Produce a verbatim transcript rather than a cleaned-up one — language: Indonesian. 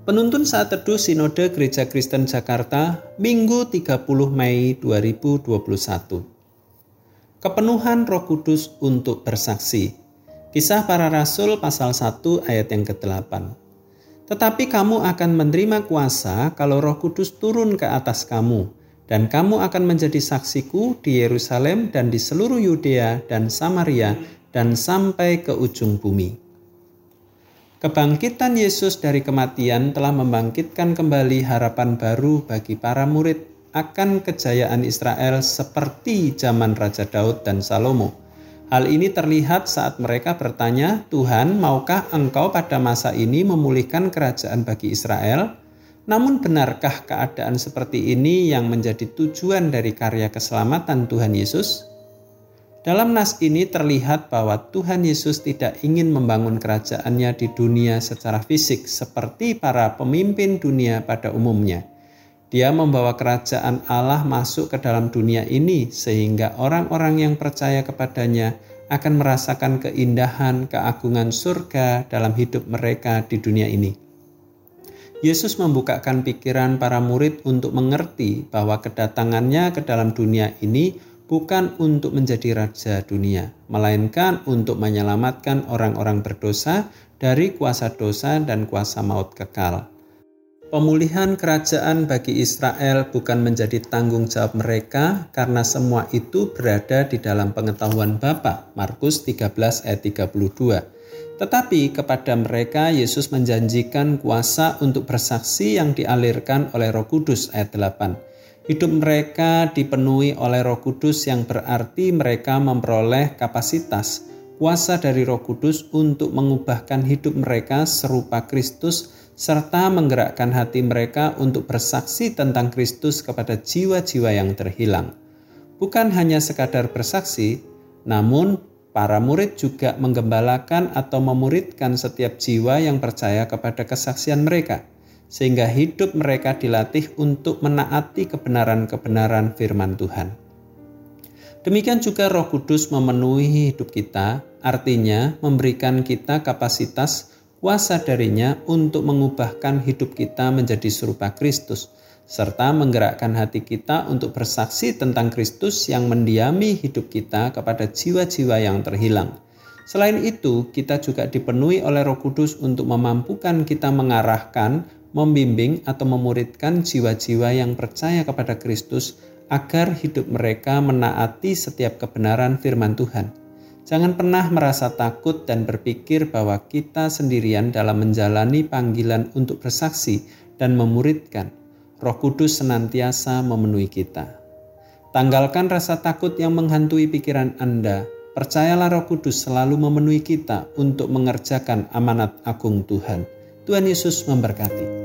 Penuntun Saat Teduh Sinode Gereja Kristen Jakarta, Minggu tiga puluh Mei dua ribu dua puluh satu. Kepenuhan Roh Kudus untuk bersaksi. Kisah Para Rasul pasal satu ayat yang kedelapan. Tetapi kamu akan menerima kuasa kalau Roh Kudus turun ke atas kamu, dan kamu akan menjadi saksiku di Yerusalem dan di seluruh Yudea dan Samaria dan sampai ke ujung bumi. Kebangkitan Yesus dari kematian telah membangkitkan kembali harapan baru bagi para murid akan kejayaan Israel seperti zaman Raja Daud dan Salomo. Hal ini terlihat saat mereka bertanya, "Tuhan, maukah Engkau pada masa ini memulihkan kerajaan bagi Israel?" Namun benarkah keadaan seperti ini yang menjadi tujuan dari karya keselamatan Tuhan Yesus? Dalam nas ini terlihat bahwa Tuhan Yesus tidak ingin membangun kerajaannya di dunia secara fisik seperti para pemimpin dunia pada umumnya. Dia membawa kerajaan Allah masuk ke dalam dunia ini sehingga orang-orang yang percaya kepadanya akan merasakan keindahan, keagungan surga dalam hidup mereka di dunia ini. Yesus membukakan pikiran para murid untuk mengerti bahwa kedatangannya ke dalam dunia ini bukan untuk menjadi raja dunia, melainkan untuk menyelamatkan orang-orang berdosa dari kuasa dosa dan kuasa maut kekal. Pemulihan kerajaan bagi Israel bukan menjadi tanggung jawab mereka karena semua itu berada di dalam pengetahuan Bapa. Markus tiga belas ayat tiga puluh dua. Tetapi kepada mereka Yesus menjanjikan kuasa untuk bersaksi yang dialirkan oleh Roh Kudus ayat delapan. Hidup mereka dipenuhi oleh Roh Kudus yang berarti mereka memperoleh kapasitas, kuasa dari Roh Kudus untuk mengubahkan hidup mereka serupa Kristus serta menggerakkan hati mereka untuk bersaksi tentang Kristus kepada jiwa-jiwa yang terhilang. Bukan hanya sekadar bersaksi, namun para murid juga menggembalakan atau memuridkan setiap jiwa yang percaya kepada kesaksian mereka, sehingga hidup mereka dilatih untuk menaati kebenaran-kebenaran firman Tuhan. Demikian juga Roh Kudus memenuhi hidup kita, artinya memberikan kita kapasitas kuasa darinya untuk mengubahkan hidup kita menjadi serupa Kristus, serta menggerakkan hati kita untuk bersaksi tentang Kristus yang mendiami hidup kita kepada jiwa-jiwa yang terhilang. Selain itu, kita juga dipenuhi oleh Roh Kudus untuk memampukan kita mengarahkan, membimbing atau memuridkan jiwa-jiwa yang percaya kepada Kristus agar hidup mereka menaati setiap kebenaran firman Tuhan. Jangan pernah merasa takut dan berpikir bahwa kita sendirian dalam menjalani panggilan untuk bersaksi dan memuridkan. Roh Kudus senantiasa memenuhi kita. Tanggalkan rasa takut yang menghantui pikiran Anda. Percayalah Roh Kudus selalu memenuhi kita untuk mengerjakan amanat agung Tuhan. Tuhan Yesus memberkati.